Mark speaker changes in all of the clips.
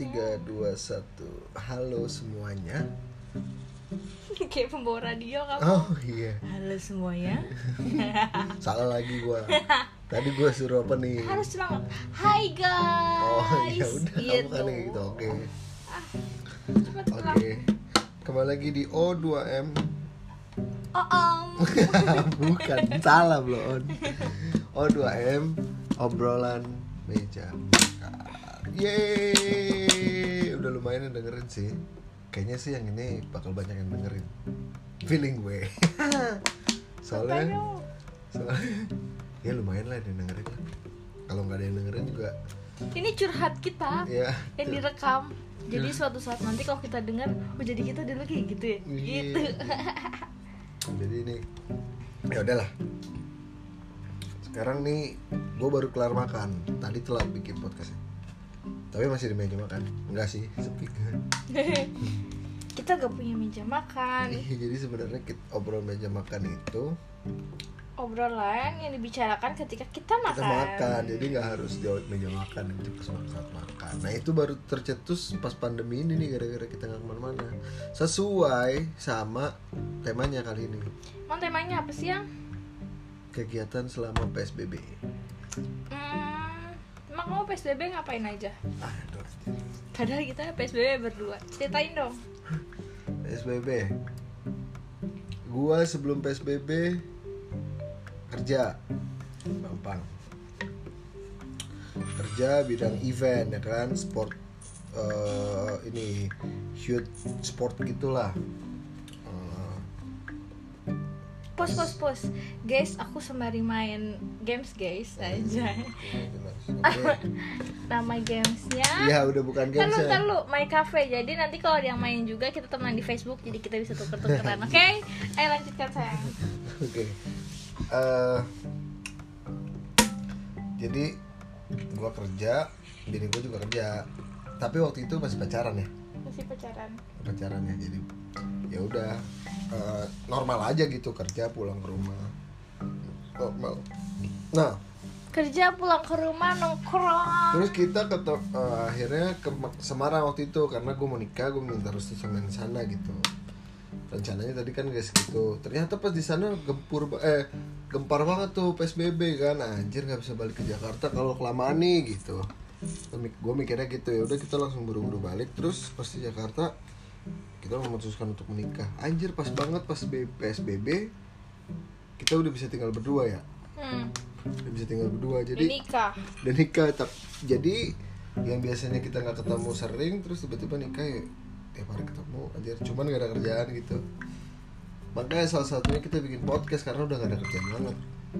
Speaker 1: 3, 2, 1. Halo semuanya.
Speaker 2: Kayak pembawa radio kamu.
Speaker 1: Oh iya.
Speaker 2: Halo semuanya.
Speaker 1: Salah lagi gua. Tadi gua suruh apa nih?
Speaker 2: Harus semangat. Hai guys.
Speaker 1: Oh iya udah
Speaker 2: gitu.
Speaker 1: kamu kan kayak gitu. Oke.
Speaker 2: Cepat pulang.
Speaker 1: Oke. Kembali lagi di O2M. Bukan, salah belum. O2M, obrolan meja makan. Yeay, udah lumayan yang dengerin sih. Kayaknya sih yang ini bakal banyak yang dengerin. Feeling gue. Soalnya ya lumayan lah yang dengerin. Kalau nggak ada yang dengerin juga.
Speaker 2: Ini curhat kita
Speaker 1: Ya.
Speaker 2: yang direkam. Jadi suatu saat nanti kalau kita dengar, oh jadi kita dulu kayak gitu ya. Gitu.
Speaker 1: Jadi ini ya udahlah. Sekarang nih gue baru kelar makan. Tadi telat bikin podcastnya. Tapi masih di meja makan. Enggak sih, sepi.
Speaker 2: Kita gak punya meja makan.
Speaker 1: Jadi sebenarnya obrolan meja makan itu
Speaker 2: Obrolan yang dibicarakan ketika kita makan.
Speaker 1: kita makan, jadi nggak harus di meja makan itu saat makan. Nah itu baru tercetus pas pandemi ini nih, gara-gara kita nggak kemana-mana. Sesuai sama temanya kali ini.
Speaker 2: Emang temanya apa sih yang?
Speaker 1: Kegiatan selama PSBB.
Speaker 2: Emang kamu PSBB ngapain aja?
Speaker 1: Aduh.
Speaker 2: Padahal kita PSBB berdua. Ceritain dong.
Speaker 1: PSBB. Gua sebelum PSBB kerja gampang. Kerja bidang event ya kan, sport ini youth sport gitulah.
Speaker 2: Pos. Guys, aku sembari main games guys aja. Nama gamesnya
Speaker 1: Iya udah bukan games ya.
Speaker 2: Ntar lu My Cafe. Jadi nanti kalau ada yang main juga kita temenan di Facebook. Jadi kita bisa tuker-tukeran. Oke? Ayo lanjutkan sayang.
Speaker 1: Oke. Jadi gua kerja, bini gua juga kerja. Tapi waktu itu masih pacaran ya.
Speaker 2: Masih
Speaker 1: Pacaran ya, jadi ya udah normal aja gitu, kerja pulang ke rumah normal. Nah
Speaker 2: kerja pulang ke rumah nongkrong.
Speaker 1: terus kita akhirnya ke Semarang waktu itu karena gue mau nikah, gue minta restu sama di sana gitu. Rencananya tadi kan guys gitu, ternyata pas di sana gempar banget tuh PSBB kan. Anjir nggak bisa balik ke Jakarta kalau kelamaan nih gitu. Gue mikirnya gitu, ya udah kita langsung buru-buru balik. Terus pas di Jakarta kita memutuskan untuk menikah. Anjir pas banget pas PSBB kita udah bisa tinggal berdua ya. Udah bisa tinggal berdua, jadi udah nikah. Jadi yang biasanya kita nggak ketemu sering, terus tiba-tiba nikah ya tiap hari ketemu. Anjir, cuman nggak ada kerjaan gitu. Makanya salah satunya kita bikin podcast karena udah nggak ada kerjaan banget.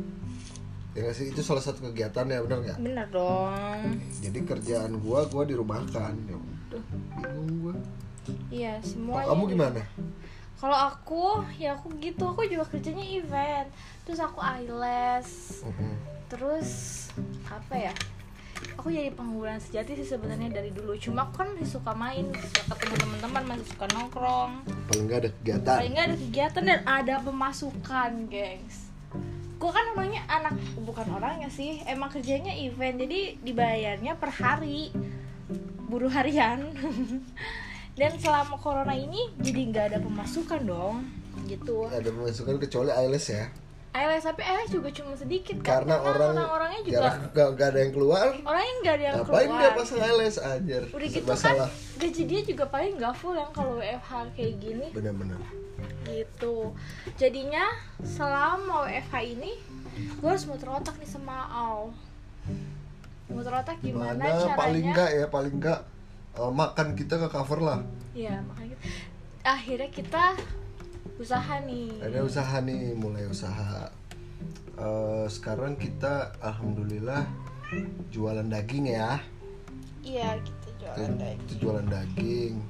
Speaker 1: Ya nggak sih, itu salah satu kegiatan ya, benar nggak?
Speaker 2: Bener dong.
Speaker 1: Jadi kerjaan gua dirumahkan. Ya udah, bingung gua.
Speaker 2: Iya semuanya.
Speaker 1: Kamu gimana?
Speaker 2: Kalau aku gitu, aku juga kerjanya event. Terus aku eyelash. Terus apa ya? Aku jadi pengangguran sejati sih sebenarnya dari dulu. Cuma aku kan masih suka main, suka ketemu teman-teman, masih suka nongkrong.
Speaker 1: Paling nggak ada kegiatan.
Speaker 2: Dan ada pemasukan, gengs. Gue kan orangnya bukan orangnya sih, emang kerjanya event, jadi dibayarnya per hari, buruh harian. Dan selama corona ini jadi nggak ada pemasukan dong, gitu.
Speaker 1: Ada pemasukan kecuali eyelash ya.
Speaker 2: Eyelash, tapi eyelash juga cuma sedikit kan?
Speaker 1: Karena orang-orangnya juga nggak ada yang keluar.
Speaker 2: Orangnya nggak ada yang
Speaker 1: Ngapain
Speaker 2: keluar.
Speaker 1: dia pasang eyelash anjir?
Speaker 2: Udah gitu
Speaker 1: masalah.
Speaker 2: Kan gaji dia juga paling nggak full yang kalau WFH kayak gini.
Speaker 1: Benar-benar.
Speaker 2: Gitu. Jadinya selama WFH ini gue harus muter otak nih sama Al. Muter otak gimana caranya?
Speaker 1: Paling enggak makan kita ke cover lah.
Speaker 2: Iya, makanya akhirnya kita usaha nih.
Speaker 1: Mulai usaha. Sekarang kita alhamdulillah jualan daging ya.
Speaker 2: Iya, kita
Speaker 1: jualan daging.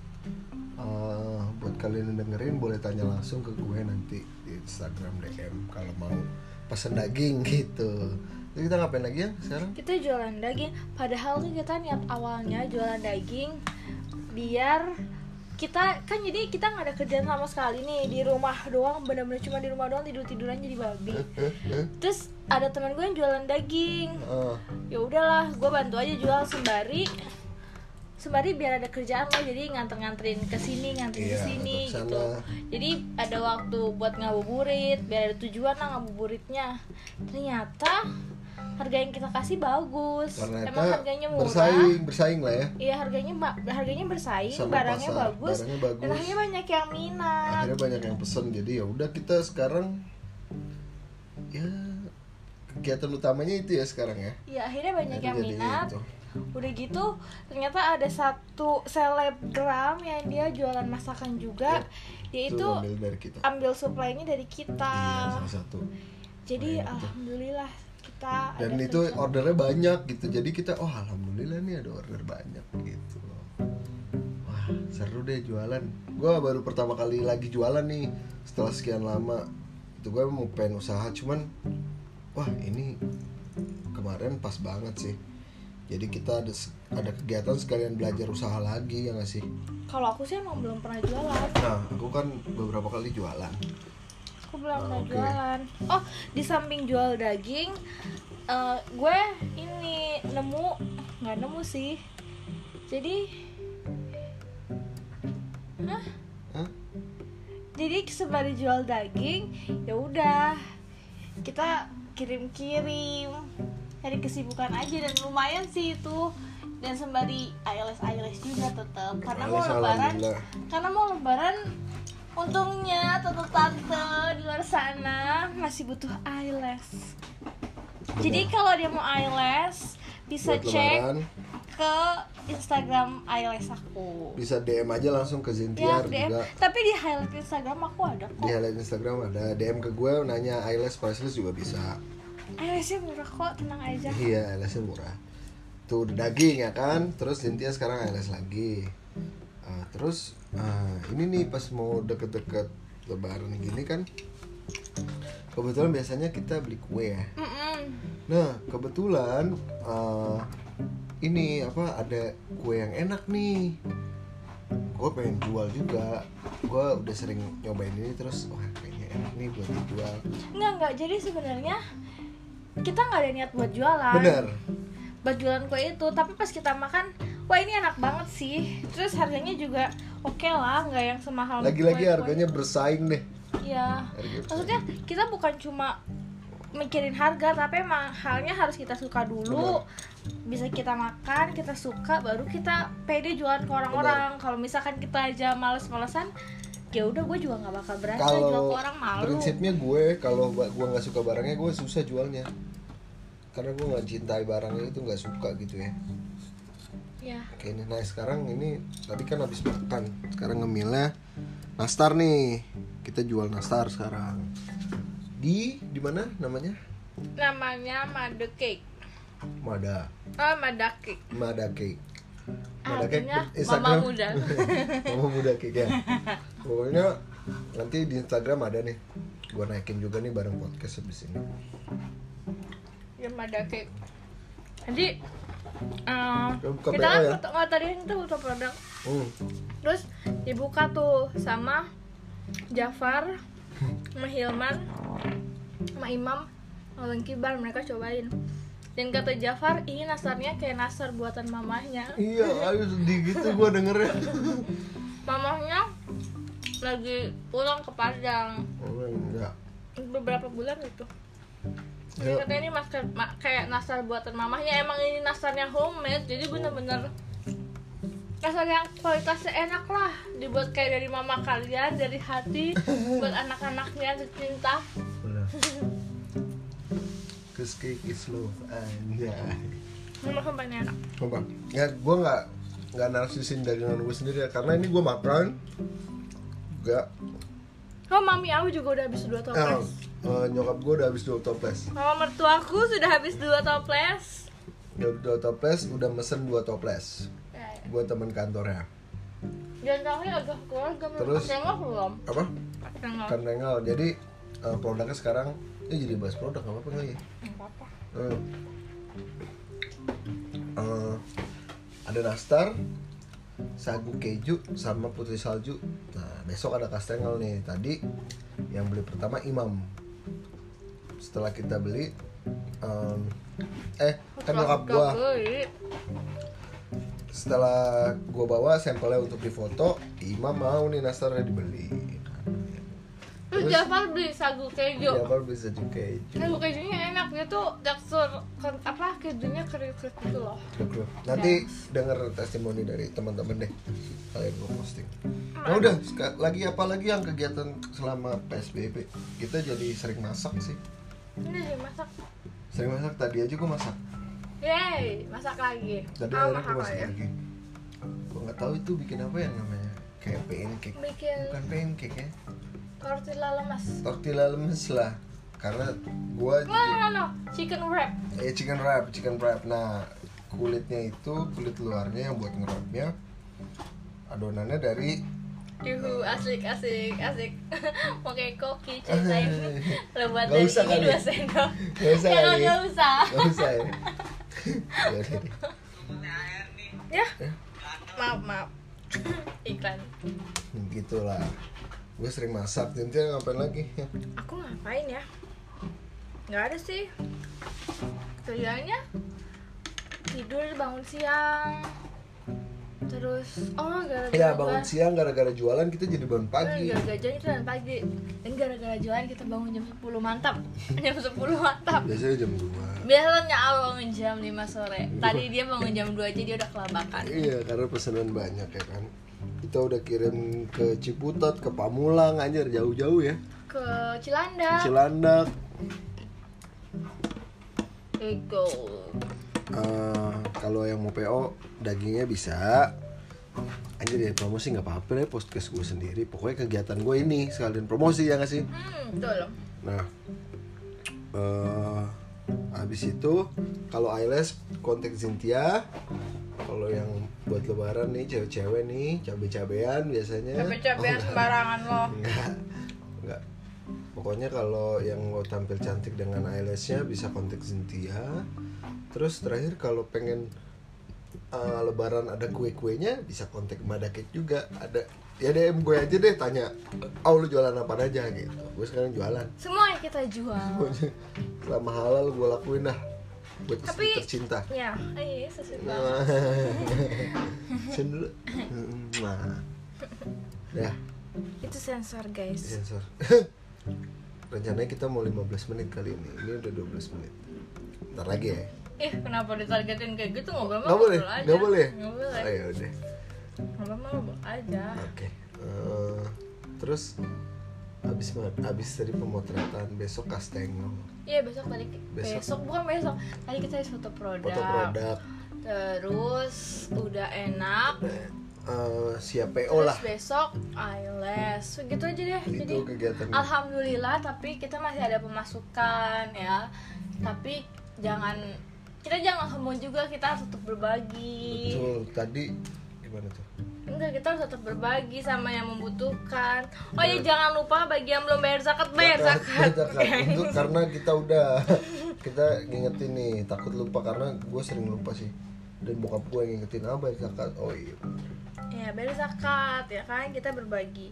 Speaker 1: Buat kalian yang dengerin boleh tanya langsung ke gue nanti di Instagram DM kalau mau pesan daging gitu. Jadi kita ngapain lagi ya sekarang?
Speaker 2: Kita jualan daging. Padahal tuh kita niat awalnya jualan daging biar kita kan, jadi kita nggak ada kerjaan sama sekali nih, di rumah doang, bener-bener cuma di rumah doang, tiduran jadi babi. Terus ada teman gue yang jualan daging. Ya udahlah, gue bantu aja jual sembari biar ada kerjaan lo, jadi nganterin ke sini, nganterin ke sini gitu. Jadi ada waktu buat ngabuburit, biar ada tujuan lah ngabuburitnya. Ternyata harga yang kita kasih bagus.
Speaker 1: Ternyata
Speaker 2: emang harganya murah.
Speaker 1: Bersaing lah ya.
Speaker 2: Iya, harganya bersaing,
Speaker 1: Sama
Speaker 2: barangnya
Speaker 1: pasar,
Speaker 2: bagus.
Speaker 1: barangnya bagus.
Speaker 2: Dan akhirnya banyak yang minat.
Speaker 1: Akhirnya banyak yang pesen. Jadi ya udah, kita sekarang ya kegiatan utamanya itu ya sekarang ya.
Speaker 2: Iya, akhirnya banyak yang minat.
Speaker 1: Itu.
Speaker 2: Udah gitu ternyata ada satu selebgram yang dia jualan masakan juga. Dia itu ambil supply-nya dari kita.
Speaker 1: Iya, salah satu.
Speaker 2: Jadi alhamdulillah kita
Speaker 1: dan
Speaker 2: ada
Speaker 1: itu
Speaker 2: kerjaan.
Speaker 1: ordernya banyak gitu. Jadi kita alhamdulillah nih ada order banyak gitu. Wah, seru deh jualan. Gua baru pertama kali lagi jualan nih setelah sekian lama. Itu gue mau pengen usaha, cuman wah ini kemarin pas banget sih. Jadi kita ada kegiatan sekalian belajar usaha lagi, ya nggak sih?
Speaker 2: Kalau aku sih emang belum pernah jualan.
Speaker 1: Nah, aku kan beberapa kali jualan.
Speaker 2: Aku belum pernah jualan. Oh, di samping jual daging, gue ini nggak nemu sih. Jadi, jadi sembari jual daging, ya udah kita kirim-kirim. Cari kesibukan aja, dan lumayan sih itu. Dan sembari ALS juga tetap karena mau lebaran untungnya tante-tante di luar sana masih butuh ALS. Jadi kalau dia mau ALS bisa buat cek lebaran, ke Instagram ALS aku.
Speaker 1: Bisa DM aja langsung ke Zintiar
Speaker 2: ya, juga. Tapi di highlight Instagram aku ada kok.
Speaker 1: Di highlight Instagram ada. DM ke gue nanya ALS priceless juga bisa.
Speaker 2: ALS-nya murah kok, tenang aja.
Speaker 1: Iya, ALS-nya murah. Tuh udah daging ya kan. Terus Zintia sekarang ALS lagi. Terus ini nih pas mau deket-deket lebaran gini kan, kebetulan biasanya kita beli kue ya. Nah kebetulan ini ada kue yang enak nih. Gue pengen jual juga. Gue udah sering nyobain ini, terus wah kayaknya enak nih buat dijual.
Speaker 2: Enggak, jadi sebenarnya kita nggak ada niat buat jualan.
Speaker 1: Bener.
Speaker 2: Buat jualan kue itu, tapi pas kita makan, wah ini enak banget sih. Terus harganya juga oke lah, nggak yang semahal.
Speaker 1: Lagi-lagi harganya bersaing deh.
Speaker 2: Iya. Maksudnya kita bukan cuma mikirin harga, tapi mahalnya harus kita suka dulu. Bisa kita makan, kita suka, baru kita pede jualan ke orang-orang. Kalau misalkan kita aja males-malesan, ya udah gue juga nggak bakal berani jual ke orang, malu.
Speaker 1: Prinsipnya kalau gue nggak suka barangnya, gue susah jualnya, karena gue nggak cintai barangnya itu, nggak suka gitu ya.
Speaker 2: Ya.
Speaker 1: Oke, nah sekarang ini tadi kan habis makan, sekarang ngemilnya nastar nih. Kita jual nastar sekarang di mana namanya?
Speaker 2: Namanya Mada Cake.
Speaker 1: Mada
Speaker 2: Cake.
Speaker 1: Mada Cake
Speaker 2: Mama Muda.
Speaker 1: Mama Muda Cake ya. Pokoknya nanti di Instagram ada nih, gue naikin juga nih bareng podcast habis ini.
Speaker 2: Ya Mada Cake. Jadi
Speaker 1: kita
Speaker 2: kan tadi itu foto produk. Terus dibuka tuh sama Jafar, sama Hilman, sama Imam, sama Bang Kibar, mereka cobain. Dan kata Jafar, ini nastarnya kayak nastar buatan mamahnya.
Speaker 1: Iya, ayo sedih gitu gue dengernya.
Speaker 2: Mamahnya lagi pulang ke Padang.
Speaker 1: Enggak.
Speaker 2: Beberapa bulan itu. Jadi katanya ini kayak nastar buatan mamahnya. Emang ini nastarnya homemade, jadi bener-bener nastar yang kualitasnya enak lah. Dibuat kayak dari mama kalian, dari hati, buat anak-anaknya tercinta.
Speaker 1: Cause cake is love, anjay.
Speaker 2: Memang enak.
Speaker 1: Coba. Ya, gue nggak narsisin dagangan gue sendiri ya, karena ini gue makan. Enggak.
Speaker 2: Oh, mami aku juga udah habis 2 toples.
Speaker 1: Nyokap gue udah habis 2 toples.
Speaker 2: Mama mertuaku sudah habis 2 toples.
Speaker 1: Udah 2 toples, udah mesen 2 toples.
Speaker 2: Ya.
Speaker 1: Buat teman kantornya.
Speaker 2: Dan tahunya agak keluarga.
Speaker 1: Terus
Speaker 2: Kacengol belum?
Speaker 1: apa?
Speaker 2: Kacengol.
Speaker 1: Kacengol. Jadi produknya sekarang jadi bahas produk nggak apa-apa nggak ya?
Speaker 2: Nggak apa-apa.
Speaker 1: Ada nastar, sagu keju, sama putri salju. Nah besok ada kastengel nih. Tadi yang beli pertama Imam. Setelah kita beli kan nyokap gua setelah gue bawa sampelnya untuk difoto, Imam mau nih nastarnya dibeli.
Speaker 2: Terus Jafar beli sagu keju.
Speaker 1: Jafar beli sagu keju.
Speaker 2: Sagu kejunya enak, dia tuh tekstur kejunya kriuk-kriuk gitu loh.
Speaker 1: Nanti denger testimoni dari teman-teman deh, kalian gue posting. Nah udah, lagi apa lagi yang kegiatan selama PSBB? Kita jadi sering masak sih.
Speaker 2: Ini masak.
Speaker 1: Sering masak, tadi aja gue masak.
Speaker 2: Yeay, masak lagi.
Speaker 1: Tadi akhirnya gue masak lagi. Gue nggak tahu itu bikin apa ya namanya, kayak pancake. Bukan pancake ya.
Speaker 2: Tortilla lemas.
Speaker 1: Tortilla lemes lah. Karena gue
Speaker 2: No. Chicken wrap.
Speaker 1: Chicken wrap. Nah, kulit luarnya yang buat ngerapnya. Adonannya dari
Speaker 2: asik. Pakai koki ceritain. Lebat
Speaker 1: Gak
Speaker 2: dari
Speaker 1: usah
Speaker 2: ini
Speaker 1: kali.
Speaker 2: 2 sendok.
Speaker 1: Gak usah kali.
Speaker 2: Gak usah.
Speaker 1: Ya.
Speaker 2: Ya. Maaf. Iklan.
Speaker 1: Gitulah. Gue sering masak, nanti ngapain lagi?
Speaker 2: Aku ngapain ya? Nggak ada sih. Kerjaannya tidur, bangun siang. Terus gara-gara
Speaker 1: bangun siang gara-gara jualan kita jadi bangun pagi.
Speaker 2: Gara-gara jalan kita bangun pagi. Dan gara-gara jualan kita bangun jam 10 mantap. Jam 10 mantap.
Speaker 1: Biasanya jam 2.
Speaker 2: Biasanya awal bangun jam 5 sore. Tadi dia bangun jam 2 aja dia udah kelabakan.
Speaker 1: Iya, karena pesanan banyak ya kan. Kita udah kirim ke Ciputat, ke Pamulang, anjir jauh-jauh ya.
Speaker 2: Ke Cilandak. Ego.
Speaker 1: Kalau yang mau PO dagingnya bisa. Anjir ya promosi nggak apa-apa deh, podcast gue sendiri. Pokoknya kegiatan gue ini sekalian promosi ya nggak sih?
Speaker 2: Betul.
Speaker 1: Nah, habis itu kalau eyelash kontak Cynthia. Kalau yang buat lebaran nih cewek-cewek nih cabe-cabean biasanya.
Speaker 2: Cabe-cabean sembarangan loh.
Speaker 1: Enggak. Pokoknya kalau yang mau tampil cantik dengan eyelashnya bisa kontak Cynthia. Terus terakhir kalau pengen lebaran ada kue-kuenya bisa kontak Madakek juga. Ada ya DM gue aja deh tanya, lu jualan apa aja gitu. Gue sekarang jualan.
Speaker 2: Semua yang kita jual.
Speaker 1: Selama halal gue lakuin dah. Buat istri tercinta.
Speaker 2: Ya, iya sesuai.
Speaker 1: Dulu. Ya.
Speaker 2: Itu sensor guys.
Speaker 1: Sensor. Rencananya kita mau 15 menit kali ini. Ini udah 12 menit. Ntar lagi ya.
Speaker 2: Kenapa ditargetin kayak gitu? Ngobrol
Speaker 1: Nggak boleh.
Speaker 2: aja.
Speaker 1: Nggak boleh.
Speaker 2: Oh,
Speaker 1: ya udah.
Speaker 2: Ngobrol aja.
Speaker 1: Oke. Terus habis dari pemotretan besok casting.
Speaker 2: Iya besok. Bukan besok. Tadi kita foto produk. Terus udah enak.
Speaker 1: Siap PO lah.
Speaker 2: Terus besok eyelash. Gitu aja deh.
Speaker 1: Itu
Speaker 2: jadi
Speaker 1: kegiatan.
Speaker 2: Alhamdulillah tapi kita masih ada pemasukan ya. Tapi kita jangan sombong juga, kita harus tetap berbagi.
Speaker 1: Betul. Tadi gimana tuh?
Speaker 2: Enggak, kita harus tetap berbagi sama yang membutuhkan. Oh ya, jangan lupa bagi yang belum bayar zakat.
Speaker 1: Itu karena kita ngingetin nih, takut lupa karena gue sering lupa sih. Dan bokap gue yang ngingetin bayar zakat. Oh iya.
Speaker 2: Ya, bayar zakat ya kan, kita berbagi.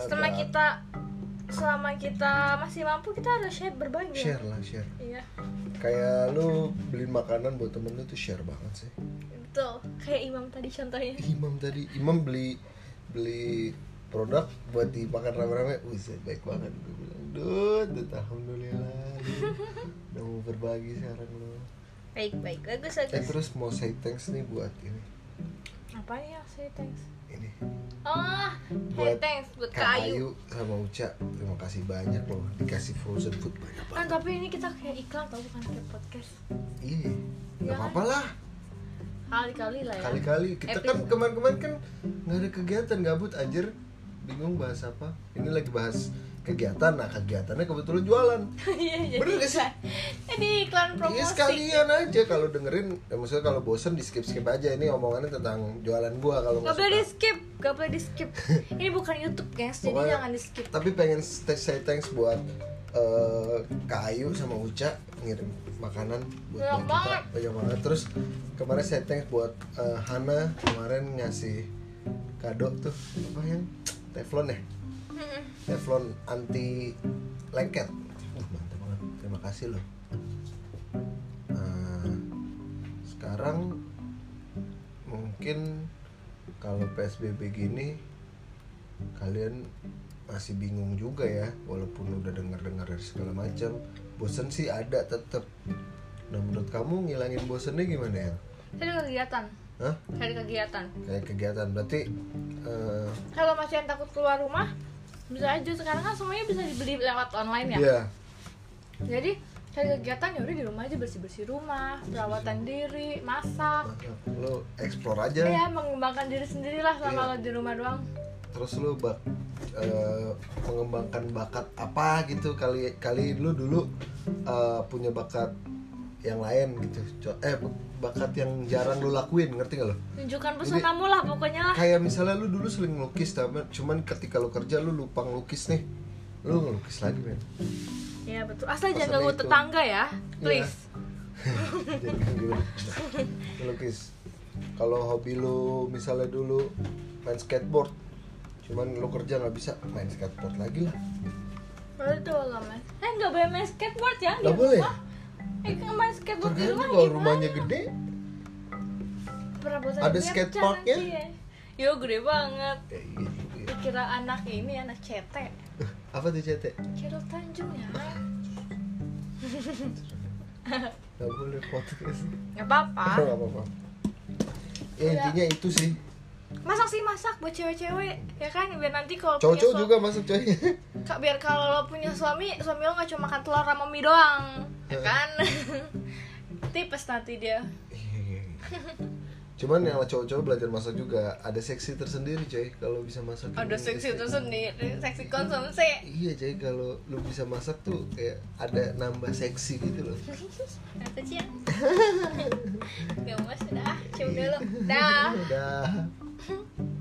Speaker 2: Selama kita masih mampu kita harus berbagi.
Speaker 1: Share.
Speaker 2: Iya.
Speaker 1: Kayak lu beli makanan buat temen lu tuh share banget sih.
Speaker 2: Betul, kayak Imam tadi contohnya.
Speaker 1: Imam beli produk buat dimakan rame-rame. Baik banget. Gue bilang, duh, alhamdulillah. Udah mau berbagi sekarang lu.
Speaker 2: Baik, bagus.
Speaker 1: Terus mau say thanks nih buat ini.
Speaker 2: Apa ya say thanks?
Speaker 1: Ini.
Speaker 2: Hey thanks buat Kak Ayu
Speaker 1: sama Uca. Terima kasih banyak loh dikasih frozen food banyak banget.
Speaker 2: Tapi ini kita kayak iklan tau, bukan kayak podcast.
Speaker 1: Iya. Gak apa-apa lah.
Speaker 2: Kali-kali lah ya.
Speaker 1: Kali-kali. Kita kan kemarin kan nggak ada kegiatan, gabut anjir. Bingung bahas apa. Ini lagi bahas kegiatan. Nah kegiatannya kebetulan jualan.
Speaker 2: Iya.
Speaker 1: Bener gak sih?
Speaker 2: Ini iklan promosi.
Speaker 1: Iya sekalian aja kalau dengerin. Maksudnya kalau bosen di skip aja. Ini omongannya tentang jualan gua kalau
Speaker 2: nggak boleh di skip. Ini bukan YouTube guys, jadi jangan di skip.
Speaker 1: Tapi pengen say thanks buat Kak Ayu sama Uca ngirim makanan buat kita banyak banget. Terus kemarin saya thanks buat Hana kemarin ngasih kado tuh apa yang teflon ya, teflon anti lengket. Mantap banget, terima kasih loh. Sekarang mungkin kalau PSBB gini kalian masih bingung juga ya, walaupun udah dengar-dengar dari segala macam. Bosen sih ada tetap. Nah, menurut kamu ngilangin bosennya gimana ya?
Speaker 2: Cari kegiatan.
Speaker 1: Hah?
Speaker 2: Cari kegiatan.
Speaker 1: Kayak kegiatan berarti
Speaker 2: Kalau masih yang takut keluar rumah, bisa aja. Sekarang kan semuanya bisa dibeli lewat online ya.
Speaker 1: iya.
Speaker 2: Jadi cari kegiatan ya udah di rumah aja, bersih-bersih rumah, perawatan diri, masak.
Speaker 1: Lo explore aja.
Speaker 2: Ya, mengembangkan diri sendirilah selama
Speaker 1: Iya.
Speaker 2: lo di rumah doang.
Speaker 1: Terus lu mengembangkan bakat apa gitu, kali lu dulu punya bakat yang lain gitu, bakat yang jarang lu lakuin, ngerti gak lo?
Speaker 2: Tunjukkan pesonamu lah pokoknya lah.
Speaker 1: Kayak misalnya lu dulu sering ngelukis, cuman ketika lu kerja lu lupa ngelukis nih, lu ngelukis lagi men.
Speaker 2: Iya betul, asal
Speaker 1: Maksudnya
Speaker 2: jangan ganggu
Speaker 1: itu.
Speaker 2: tetangga ya, please.
Speaker 1: Jadi ngelukis. Kalau hobi lu misalnya dulu main skateboard, cuman lu kerja nggak bisa, main skateboard lagi lah.
Speaker 2: Betul lah mas. Nggak boleh main skateboard ya di
Speaker 1: Nggak boleh.
Speaker 2: rumah. Main skateboard di
Speaker 1: Tergantung
Speaker 2: rumah
Speaker 1: kalau
Speaker 2: gimana?
Speaker 1: rumahnya gede.
Speaker 2: Perabotan
Speaker 1: Ada
Speaker 2: banyak
Speaker 1: skateparknya?
Speaker 2: nanti ya. Yo gede banget.
Speaker 1: Iya juga ya.
Speaker 2: Dikira anak ini anak CT.
Speaker 1: Apa tuh CT?
Speaker 2: Cirul Tanjung ya.
Speaker 1: Nggak boleh podcast.
Speaker 2: Nggak apa-apa.
Speaker 1: Nggak apa-apa. Ya intinya itu sih.
Speaker 2: Masak sih masak buat cewek-cewek ya kan, biar nanti kalau
Speaker 1: Cowok-cowok juga masuk coy.
Speaker 2: biar kalau lo punya suami lo nggak cuma makan telur sama mie doang ya kan. Tipes nanti dia.
Speaker 1: Cuman yang cowok-cowok belajar masak juga ada seksi tersendiri coy kalau bisa masak.
Speaker 2: Ada seksi tersendiri, seksi konsumsi.
Speaker 1: Iya coy, kalau lu bisa masak tuh kayak ada nambah seksi gitu loh.
Speaker 2: Apa sih ya? Gemes dah, cium dulu. Dah.
Speaker 1: Udah.